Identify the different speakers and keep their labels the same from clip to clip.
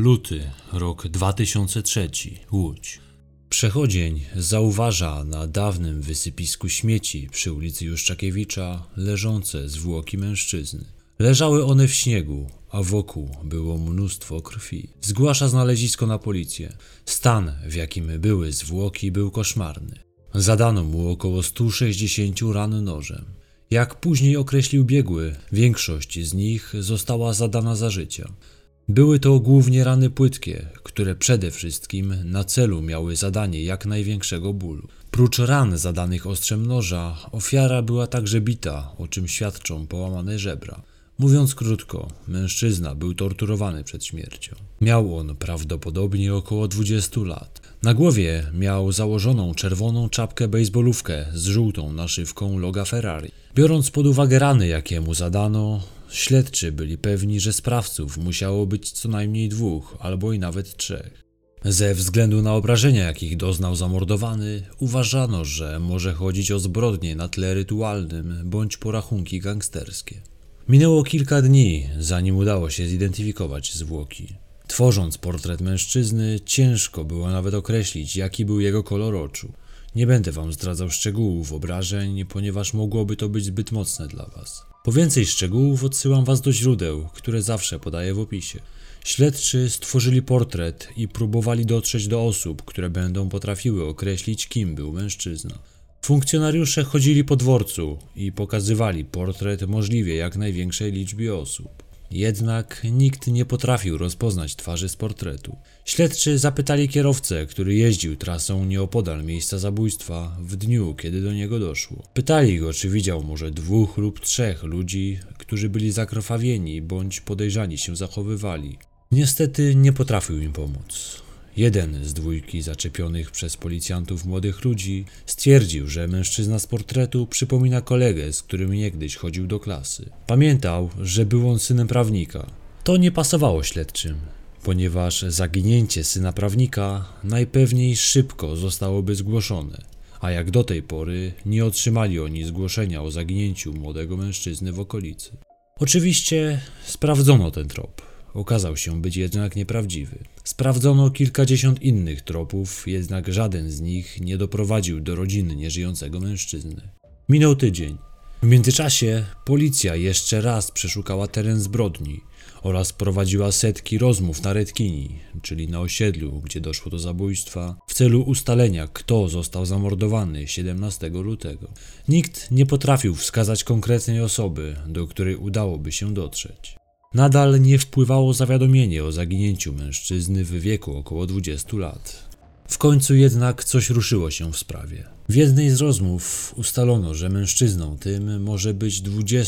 Speaker 1: Luty, rok 2003, Łódź. Przechodzień zauważa na dawnym wysypisku śmieci przy ulicy Juszczakiewicza leżące zwłoki mężczyzny. Leżały one w śniegu, a wokół było mnóstwo krwi. Zgłasza znalezisko na policję. Stan, w jakim były zwłoki, był koszmarny. Zadano mu około 160 ran nożem. Jak później określił biegły, większość z nich została zadana za życia. Były to głównie rany płytkie, które przede wszystkim na celu miały zadanie jak największego bólu. Prócz ran zadanych ostrzem noża, ofiara była także bita, o czym świadczą połamane żebra. Mówiąc krótko, mężczyzna był torturowany przed śmiercią. Miał on prawdopodobnie około 20 lat. Na głowie miał założoną czerwoną czapkę bejsbolówkę z żółtą naszywką loga Ferrari. Biorąc pod uwagę rany, jakie mu zadano, śledczy byli pewni, że sprawców musiało być co najmniej 2 albo i nawet 3. Ze względu na obrażenia, jakich doznał zamordowany, uważano, że może chodzić o zbrodnie na tle rytualnym bądź porachunki gangsterskie. Minęło kilka dni, zanim udało się zidentyfikować zwłoki. Tworząc portret mężczyzny, ciężko było nawet określić, jaki był jego kolor oczu. Nie będę wam zdradzał szczegółów obrażeń, ponieważ mogłoby to być zbyt mocne dla was. Po więcej szczegółów odsyłam was do źródeł, które zawsze podaję w opisie. Śledczy stworzyli portret i próbowali dotrzeć do osób, które będą potrafiły określić, kim był mężczyzna. Funkcjonariusze chodzili po dworcu i pokazywali portret możliwie jak największej liczbie osób. Jednak nikt nie potrafił rozpoznać twarzy z portretu. Śledczy zapytali kierowcę, który jeździł trasą nieopodal miejsca zabójstwa w dniu, kiedy do niego doszło. Pytali go, czy widział może 2 lub 3 ludzi, którzy byli zakrwawieni bądź podejrzani się zachowywali. Niestety nie potrafił im pomóc. Jeden z 2 zaczepionych przez policjantów młodych ludzi stwierdził, że mężczyzna z portretu przypomina kolegę, z którym niegdyś chodził do klasy. Pamiętał, że był on synem prawnika. To nie pasowało śledczym, ponieważ zaginięcie syna prawnika najpewniej szybko zostałoby zgłoszone, a jak do tej pory nie otrzymali oni zgłoszenia o zaginięciu młodego mężczyzny w okolicy. Oczywiście sprawdzono ten trop. Okazał się być jednak nieprawdziwy. Sprawdzono kilkadziesiąt innych tropów, jednak żaden z nich nie doprowadził do rodziny nieżyjącego mężczyzny. Minął tydzień. W międzyczasie policja jeszcze raz przeszukała teren zbrodni oraz prowadziła setki rozmów na Redkini, czyli na osiedlu, gdzie doszło do zabójstwa, w celu ustalenia, kto został zamordowany 17 lutego. Nikt nie potrafił wskazać konkretnej osoby, do której udałoby się dotrzeć. Nadal nie wpływało zawiadomienie o zaginięciu mężczyzny w wieku około 20 lat. W końcu jednak coś ruszyło się w sprawie. W jednej z rozmów ustalono, że mężczyzną tym może być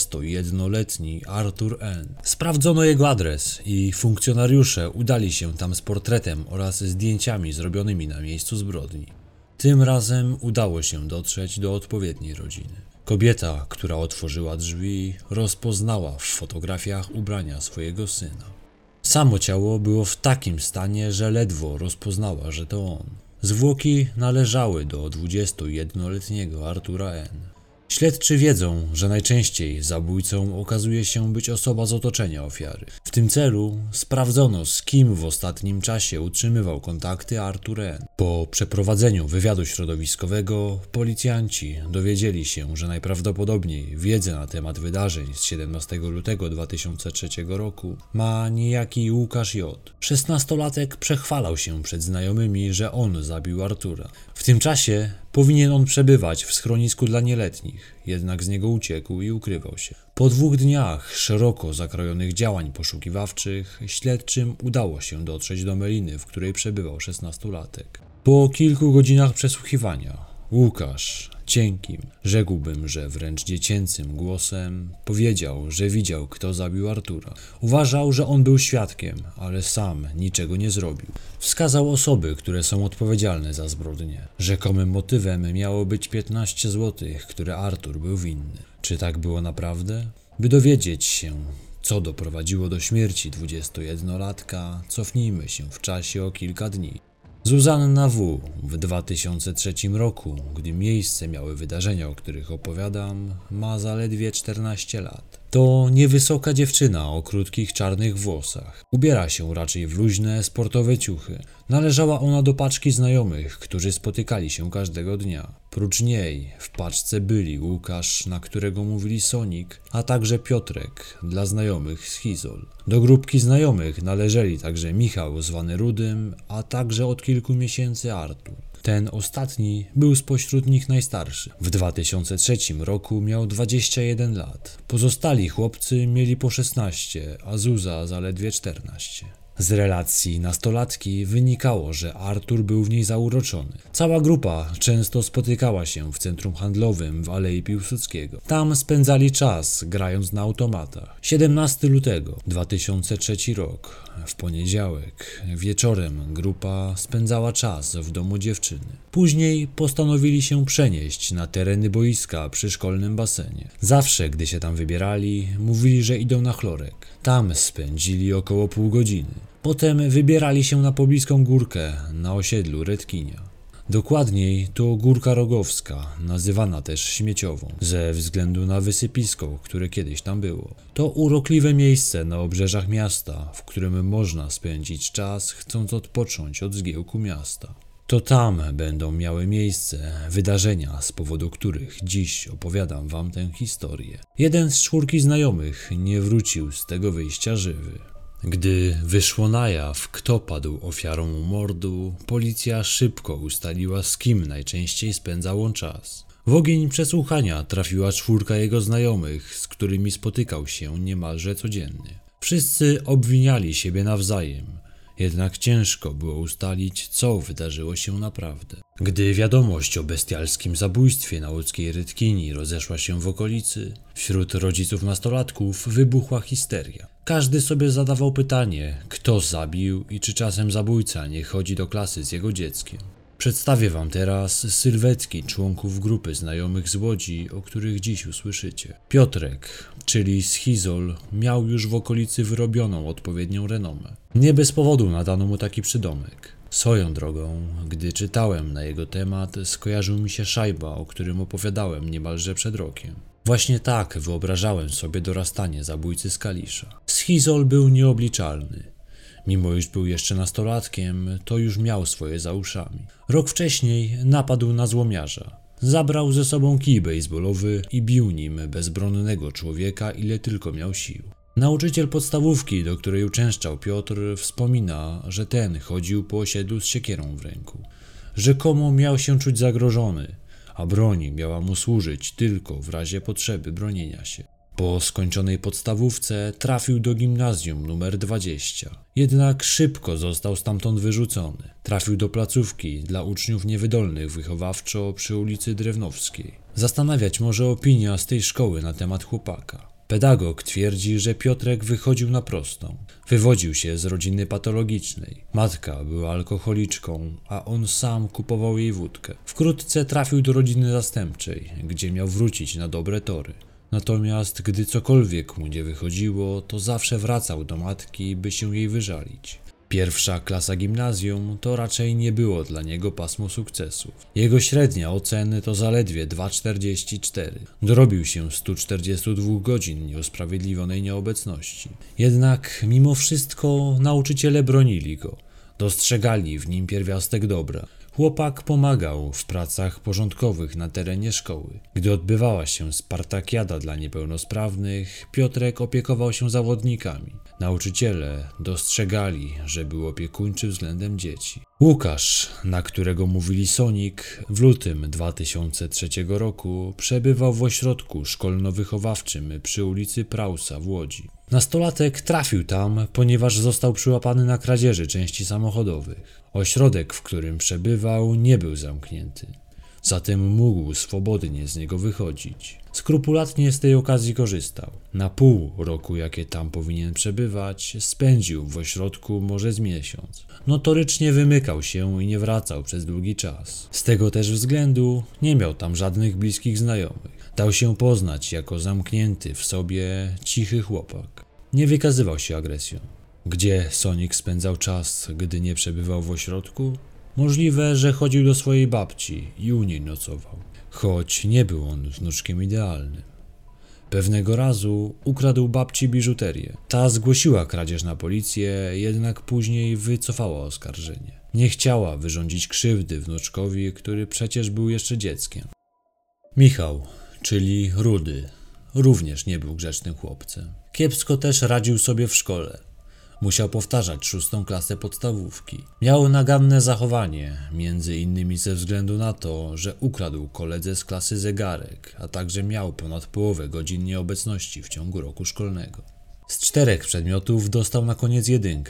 Speaker 1: 21-letni Arthur N. Sprawdzono jego adres i funkcjonariusze udali się tam z portretem oraz zdjęciami zrobionymi na miejscu zbrodni. Tym razem udało się dotrzeć do odpowiedniej rodziny. Kobieta, która otworzyła drzwi, rozpoznała w fotografiach ubrania swojego syna. Samo ciało było w takim stanie, że ledwo rozpoznała, że to on. Zwłoki należały do 21-letniego Artura N. Śledczy wiedzą, że najczęściej zabójcą okazuje się być osoba z otoczenia ofiary. W tym celu sprawdzono, z kim w ostatnim czasie utrzymywał kontakty Artur N. Po przeprowadzeniu wywiadu środowiskowego policjanci dowiedzieli się, że najprawdopodobniej wiedzę na temat wydarzeń z 17 lutego 2003 roku ma niejaki Łukasz J. 16-latek przechwalał się przed znajomymi, że on zabił Artura. W tym czasie powinien on przebywać w schronisku dla nieletnich, jednak z niego uciekł i ukrywał się. Po 2 dniach szeroko zakrojonych działań poszukiwawczych śledczym udało się dotrzeć do Meliny, w której przebywał 16-latek. Po kilku godzinach przesłuchiwania Łukasz cienkim, rzekłbym, że wręcz dziecięcym głosem powiedział, że widział, kto zabił Artura. Uważał, że on był świadkiem, ale sam niczego nie zrobił. Wskazał osoby, które są odpowiedzialne za zbrodnię. Rzekomym motywem miało być 15 zł, które Artur był winny. Czy tak było naprawdę? By dowiedzieć się, co doprowadziło do śmierci 21-latka, cofnijmy się w czasie o kilka dni. Zuzanna W. w 2003 roku, gdy miejsce miały wydarzenia, o których opowiadam, ma zaledwie 14 lat. To niewysoka dziewczyna o krótkich czarnych włosach. Ubiera się raczej w luźne, sportowe ciuchy. Należała ona do paczki znajomych, którzy spotykali się każdego dnia. Prócz niej w paczce byli Łukasz, na którego mówili Sonic, a także Piotrek, dla znajomych Schizol. Do grupki znajomych należeli także Michał zwany Rudym, a także od kilku miesięcy Artur. Ten ostatni był spośród nich najstarszy. W 2003 roku miał 21 lat. Pozostali chłopcy mieli po 16, a Zuza zaledwie 14. Z relacji nastolatki wynikało, że Artur był w niej zauroczony. Cała grupa często spotykała się w centrum handlowym w Alei Piłsudskiego. Tam spędzali czas, grając na automatach. 17 lutego 2003 rok, w poniedziałek, wieczorem grupa spędzała czas w domu dziewczyny. Później postanowili się przenieść na tereny boiska przy szkolnym basenie. Zawsze, gdy się tam wybierali, mówili, że idą na chlorek. Tam spędzili około pół godziny. Potem wybierali się na pobliską górkę na osiedlu Redkinia. Dokładniej to Górka Rogowska, nazywana też Śmieciową, ze względu na wysypisko, które kiedyś tam było. To urokliwe miejsce na obrzeżach miasta, w którym można spędzić czas, chcąc odpocząć od zgiełku miasta. To tam będą miały miejsce wydarzenia, z powodu których dziś opowiadam wam tę historię. Jeden z 4 znajomych nie wrócił z tego wyjścia żywy. Gdy wyszło na jaw, kto padł ofiarą mordu, policja szybko ustaliła, z kim najczęściej spędzał on czas. W ogień przesłuchania trafiła 4 jego znajomych, z którymi spotykał się niemalże codziennie. Wszyscy obwiniali siebie nawzajem. Jednak ciężko było ustalić, co wydarzyło się naprawdę. Gdy wiadomość o bestialskim zabójstwie na łódzkiej Rydkini rozeszła się w okolicy, wśród rodziców nastolatków wybuchła histeria. Każdy sobie zadawał pytanie, kto zabił i czy czasem zabójca nie chodzi do klasy z jego dzieckiem. Przedstawię wam teraz sylwetki członków grupy znajomych z Łodzi, o których dziś usłyszycie. Piotrek, czyli Schizol, miał już w okolicy wyrobioną odpowiednią renomę. Nie bez powodu nadano mu taki przydomek. Swoją drogą, gdy czytałem na jego temat, skojarzył mi się Szajba, o którym opowiadałem niemalże przed rokiem. Właśnie tak wyobrażałem sobie dorastanie zabójcy z Kalisza. Schizol był nieobliczalny. Mimo iż był jeszcze nastolatkiem, to już miał swoje za uszami. Rok wcześniej napadł na złomiarza. Zabrał ze sobą kij bejsbolowy i bił nim bezbronnego człowieka, ile tylko miał sił. Nauczyciel podstawówki, do której uczęszczał Piotr, wspomina, że ten chodził po osiedlu z siekierą w ręku. Rzekomo miał się czuć zagrożony, a broń miała mu służyć tylko w razie potrzeby bronienia się. Po skończonej podstawówce trafił do gimnazjum numer 20. Jednak szybko został stamtąd wyrzucony. Trafił do placówki dla uczniów niewydolnych wychowawczo przy ulicy Drewnowskiej. Zastanawiać może opinia z tej szkoły na temat chłopaka. Pedagog twierdzi, że Piotrek wychodził na prostą. Wywodził się z rodziny patologicznej. Matka była alkoholiczką, a on sam kupował jej wódkę. Wkrótce trafił do rodziny zastępczej, gdzie miał wrócić na dobre tory. Natomiast gdy cokolwiek mu nie wychodziło, to zawsze wracał do matki, by się jej wyżalić. 1. klasa gimnazjum to raczej nie było dla niego pasmo sukcesów. Jego średnia oceny to zaledwie 2,44. Dorobił się 142 godzin nieusprawiedliwionej nieobecności. Jednak mimo wszystko nauczyciele bronili go. Dostrzegali w nim pierwiastek dobra. Chłopak pomagał w pracach porządkowych na terenie szkoły. Gdy odbywała się spartakiada dla niepełnosprawnych, Piotrek opiekował się zawodnikami. Nauczyciele dostrzegali, że był opiekuńczy względem dzieci. Łukasz, na którego mówili Sonic, w lutym 2003 roku przebywał w ośrodku szkolno-wychowawczym przy ulicy Prausa w Łodzi. Nastolatek trafił tam, ponieważ został przyłapany na kradzieży części samochodowych. Ośrodek, w którym przebywał, nie był zamknięty. Zatem mógł swobodnie z niego wychodzić. Skrupulatnie z tej okazji korzystał. Na pół roku, jakie tam powinien przebywać, spędził w ośrodku może z miesiąc. Notorycznie wymykał się i nie wracał przez długi czas. Z tego też względu nie miał tam żadnych bliskich znajomych. Dał się poznać jako zamknięty w sobie, cichy chłopak. Nie wykazywał się agresją. Gdzie Sonic spędzał czas, gdy nie przebywał w ośrodku? Możliwe, że chodził do swojej babci i u niej nocował, choć nie był on wnuczkiem idealnym. Pewnego razu ukradł babci biżuterię. Ta zgłosiła kradzież na policję, jednak później wycofała oskarżenie. Nie chciała wyrządzić krzywdy wnuczkowi, który przecież był jeszcze dzieckiem. Michał, czyli Rudy, również nie był grzecznym chłopcem. Kiepsko też radził sobie w szkole. Musiał powtarzać 6. klasę podstawówki. Miał naganne zachowanie, między innymi ze względu na to, że ukradł koledze z klasy zegarek, a także miał ponad połowę godzin nieobecności w ciągu roku szkolnego. Z 4 przedmiotów dostał na koniec 1.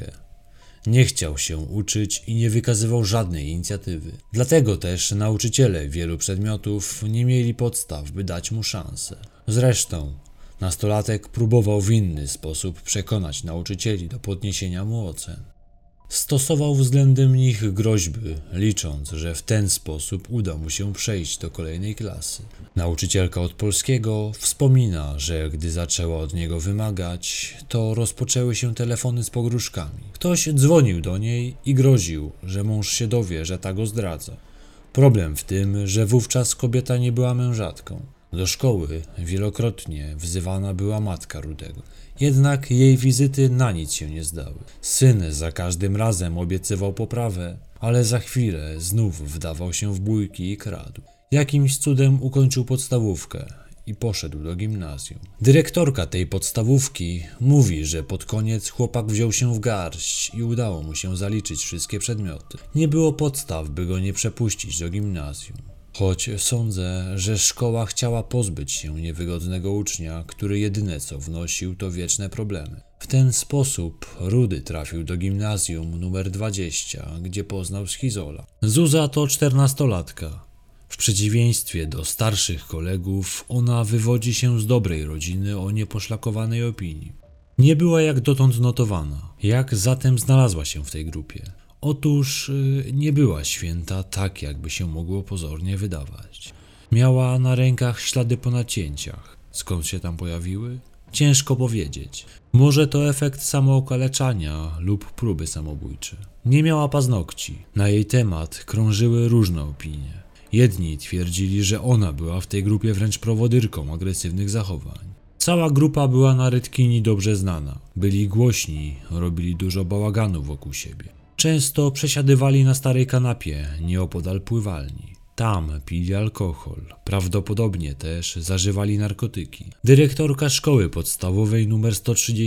Speaker 1: Nie chciał się uczyć i nie wykazywał żadnej inicjatywy. Dlatego też nauczyciele wielu przedmiotów nie mieli podstaw, by dać mu szansę. Zresztą nastolatek próbował w inny sposób przekonać nauczycieli do podniesienia mu ocen. Stosował względem nich groźby, licząc, że w ten sposób uda mu się przejść do kolejnej klasy. Nauczycielka od polskiego wspomina, że gdy zaczęła od niego wymagać, to rozpoczęły się telefony z pogróżkami. Ktoś dzwonił do niej i groził, że mąż się dowie, że ta go zdradza. Problem w tym, że wówczas kobieta nie była mężatką. Do szkoły wielokrotnie wzywana była matka Rudego. Jednak jej wizyty na nic się nie zdały. Syn za każdym razem obiecywał poprawę, ale za chwilę znów wdawał się w bójki i kradł. Jakimś cudem ukończył podstawówkę i poszedł do gimnazjum. Dyrektorka tej podstawówki mówi, że pod koniec chłopak wziął się w garść i udało mu się zaliczyć wszystkie przedmioty. Nie było podstaw, by go nie przepuścić do gimnazjum. Choć sądzę, że szkoła chciała pozbyć się niewygodnego ucznia, który jedyne co wnosił to wieczne problemy. W ten sposób Rudy trafił do gimnazjum numer 20, gdzie poznał Schizola. Zuza to 14-latka. W przeciwieństwie do starszych kolegów, ona wywodzi się z dobrej rodziny o nieposzlakowanej opinii. Nie była jak dotąd notowana. Jak zatem znalazła się w tej grupie? Otóż nie była święta tak, jakby się mogło pozornie wydawać. Miała na rękach ślady po nacięciach. Skąd się tam pojawiły? Ciężko powiedzieć. Może to efekt samookaleczania lub próby samobójcze. Nie miała paznokci. Na jej temat krążyły różne opinie. Jedni twierdzili, że ona była w tej grupie wręcz prowodyrką agresywnych zachowań. Cała grupa była na Rytkini dobrze znana. Byli głośni, robili dużo bałaganu wokół siebie. Często przesiadywali na starej kanapie, nieopodal pływalni. Tam pili alkohol, prawdopodobnie też zażywali narkotyki. Dyrektorka szkoły podstawowej nr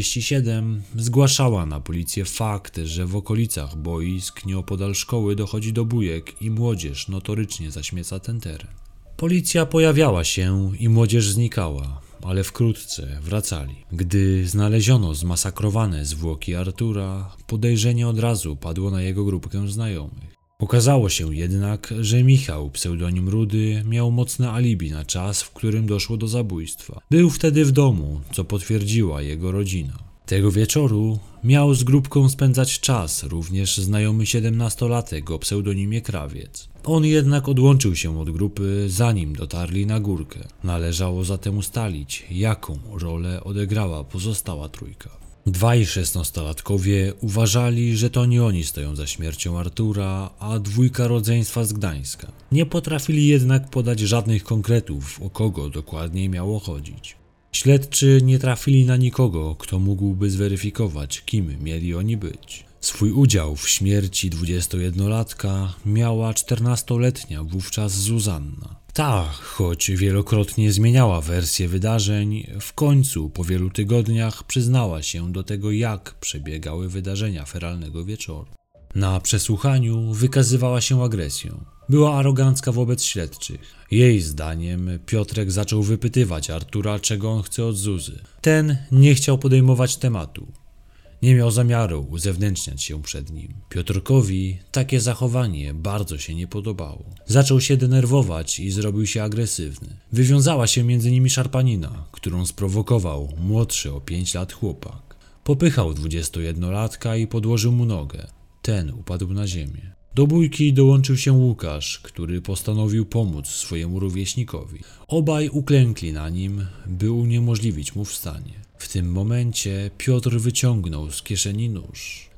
Speaker 1: 137 zgłaszała na policję fakt, że w okolicach boisk nieopodal szkoły dochodzi do bójek i młodzież notorycznie zaśmieca ten teren. Policja pojawiała się i młodzież znikała, ale wkrótce wracali. Gdy znaleziono zmasakrowane zwłoki Artura, podejrzenie od razu padło na jego grupkę znajomych. Okazało się jednak, że Michał, pseudonim Rudy, miał mocne alibi na czas, w którym doszło do zabójstwa. Był wtedy w domu, co potwierdziła jego rodzina. Tego wieczoru miał z grupką spędzać czas również znajomy 17-latek o pseudonimie Krawiec. On jednak odłączył się od grupy, zanim dotarli na górkę. Należało zatem ustalić, jaką rolę odegrała pozostała trójka. Dwaj 16-latkowie uważali, że to nie oni stoją za śmiercią Artura, a dwójka rodzeństwa z Gdańska. Nie potrafili jednak podać żadnych konkretów, o kogo dokładnie miało chodzić. Śledczy nie trafili na nikogo, kto mógłby zweryfikować, kim mieli oni być. Swój udział w śmierci 21-latka miała 14-letnia wówczas Zuzanna. Ta, choć wielokrotnie zmieniała wersję wydarzeń, w końcu po wielu tygodniach przyznała się do tego, jak przebiegały wydarzenia feralnego wieczoru. Na przesłuchaniu wykazywała się agresją. Była arogancka wobec śledczych. Jej zdaniem Piotrek zaczął wypytywać Artura, czego on chce od Zuzy. Ten nie chciał podejmować tematu. Nie miał zamiaru uzewnętrzniać się przed nim. Piotrkowi takie zachowanie bardzo się nie podobało. Zaczął się denerwować i zrobił się agresywny. Wywiązała się między nimi szarpanina, którą sprowokował młodszy o 5 lat chłopak. Popychał 21-latka i podłożył mu nogę. Ten upadł na ziemię. Do bójki dołączył się Łukasz, który postanowił pomóc swojemu rówieśnikowi. Obaj uklękli na nim, by uniemożliwić mu wstanie. W tym momencie Piotr wyciągnął z kieszeni nóż.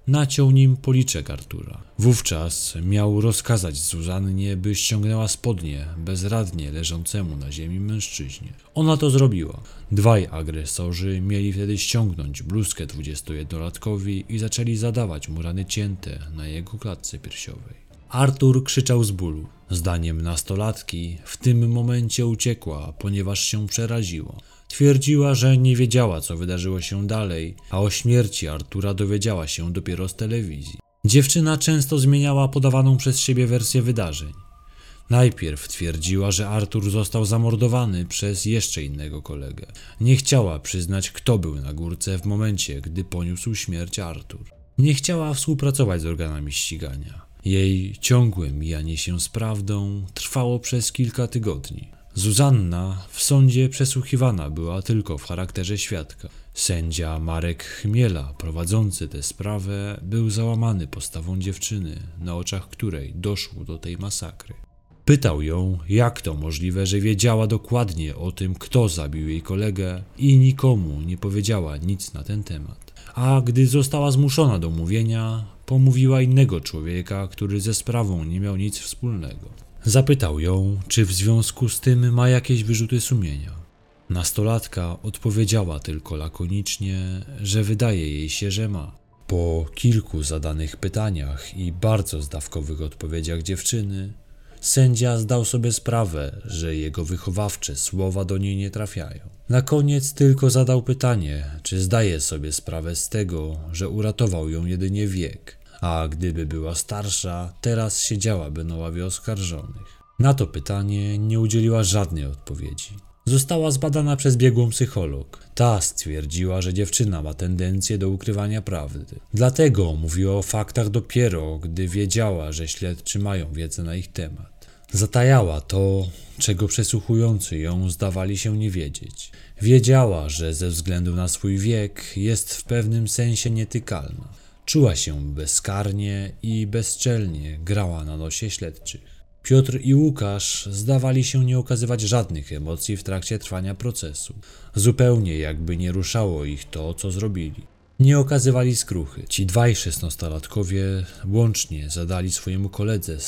Speaker 1: naciął nim policzek Artura. Wówczas miał rozkazać Zuzannie, by ściągnęła spodnie bezradnie leżącemu na ziemi mężczyźnie. Ona to zrobiła. Dwaj agresorzy mieli wtedy ściągnąć bluzkę 21-latkowi i zaczęli zadawać mu rany cięte na jego klatce piersiowej. Artur krzyczał z bólu. Zdaniem nastolatki w tym momencie uciekła, ponieważ się przeraziła. Twierdziła, że nie wiedziała, co wydarzyło się dalej, a o śmierci Artura dowiedziała się dopiero z telewizji. Dziewczyna często zmieniała podawaną przez siebie wersję wydarzeń. Najpierw twierdziła, że Artur został zamordowany przez jeszcze innego kolegę. Nie chciała przyznać, kto był na górce w momencie, gdy poniósł śmierć Artur. Nie chciała współpracować z organami ścigania. Jej ciągłe mijanie się z prawdą trwało przez kilka tygodni. Zuzanna w sądzie przesłuchiwana była tylko w charakterze świadka. Sędzia Marek Chmiela, prowadzący tę sprawę, był załamany postawą dziewczyny, na oczach której doszło do tej masakry. Pytał ją, jak to możliwe, że wiedziała dokładnie o tym, kto zabił jej kolegę i nikomu nie powiedziała nic na ten temat. A gdy została zmuszona do mówienia, pomówiła innego człowieka, który ze sprawą nie miał nic wspólnego. Zapytał ją, czy w związku z tym ma jakieś wyrzuty sumienia. Nastolatka odpowiedziała tylko lakonicznie, że wydaje jej się, że ma. Po kilku zadanych pytaniach i bardzo zdawkowych odpowiedziach dziewczyny, sędzia zdał sobie sprawę, że jego wychowawcze słowa do niej nie trafiają. Na koniec tylko zadał pytanie, czy zdaje sobie sprawę z tego, że uratował ją jedynie wiek, a gdyby była starsza, teraz siedziałaby na ławie oskarżonych. Na to pytanie nie udzieliła żadnej odpowiedzi. Została zbadana przez biegłą psycholog. Ta stwierdziła, że dziewczyna ma tendencję do ukrywania prawdy. Dlatego mówiła o faktach dopiero, gdy wiedziała, że śledczy mają wiedzę na ich temat. Zatajała to, czego przesłuchujący ją zdawali się nie wiedzieć. Wiedziała, że ze względu na swój wiek jest w pewnym sensie nietykalna. Czuła się bezkarnie i bezczelnie grała na nosie śledczych. Piotr i Łukasz zdawali się nie okazywać żadnych emocji w trakcie trwania procesu. Zupełnie jakby nie ruszało ich to, co zrobili. Nie okazywali skruchy. Ci dwaj 16-latkowie łącznie zadali swojemu koledze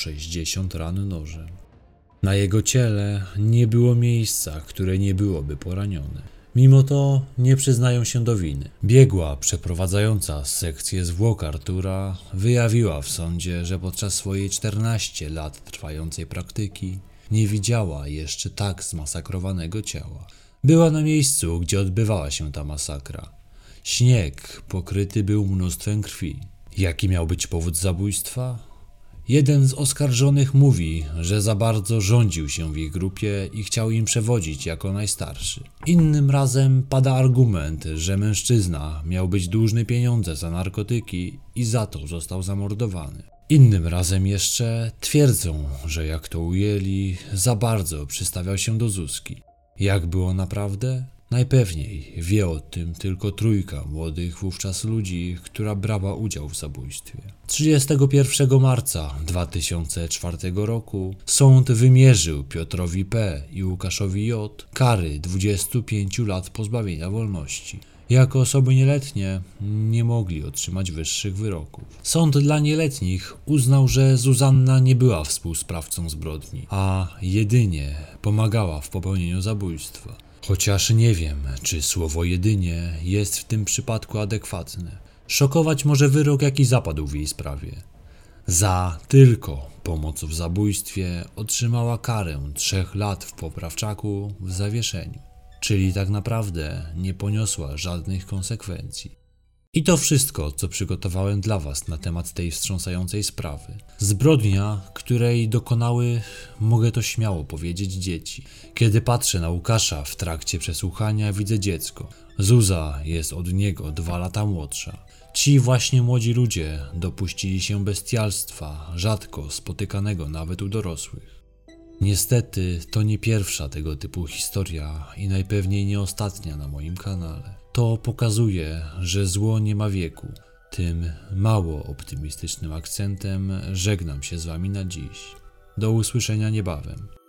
Speaker 1: 160 ran nożem. Na jego ciele nie było miejsca, które nie byłoby poranione. Mimo to nie przyznają się do winy. Biegła przeprowadzająca sekcję zwłok Artura wyjawiła w sądzie, że podczas swojej 14 lat trwającej praktyki nie widziała jeszcze tak zmasakrowanego ciała. Była na miejscu, gdzie odbywała się ta masakra. Śnieg pokryty był mnóstwem krwi. Jaki miał być powód zabójstwa? Jeden z oskarżonych mówi, że za bardzo rządził się w ich grupie i chciał im przewodzić jako najstarszy. Innym razem pada argument, że mężczyzna miał być dłużny pieniądze za narkotyki i za to został zamordowany. Innym razem jeszcze twierdzą, że jak to ujęli, za bardzo przystawiał się do Zuzki. Jak było naprawdę? Najpewniej wie o tym tylko trójka młodych wówczas ludzi, która brała udział w zabójstwie. 31 marca 2004 roku sąd wymierzył Piotrowi P. i Łukaszowi J. kary 25 lat pozbawienia wolności. Jako osoby nieletnie nie mogli otrzymać wyższych wyroków. Sąd dla nieletnich uznał, że Zuzanna nie była współsprawcą zbrodni, a jedynie pomagała w popełnieniu zabójstwa. Chociaż nie wiem, czy słowo jedynie jest w tym przypadku adekwatne. Szokować może wyrok, jaki zapadł w jej sprawie. Za tylko pomoc w zabójstwie otrzymała karę 3 lat w poprawczaku w zawieszeniu. Czyli tak naprawdę nie poniosła żadnych konsekwencji. I to wszystko, co przygotowałem dla Was na temat tej wstrząsającej sprawy. Zbrodnia, której dokonały, mogę to śmiało powiedzieć, dzieci. Kiedy patrzę na Łukasza w trakcie przesłuchania, widzę dziecko. Zuza jest od niego 2 lata młodsza. Ci właśnie młodzi ludzie dopuścili się bestialstwa, rzadko spotykanego nawet u dorosłych. Niestety to nie pierwsza tego typu historia i najpewniej nie ostatnia na moim kanale. To pokazuje, że zło nie ma wieku. Tym mało optymistycznym akcentem żegnam się z Wami na dziś. Do usłyszenia niebawem.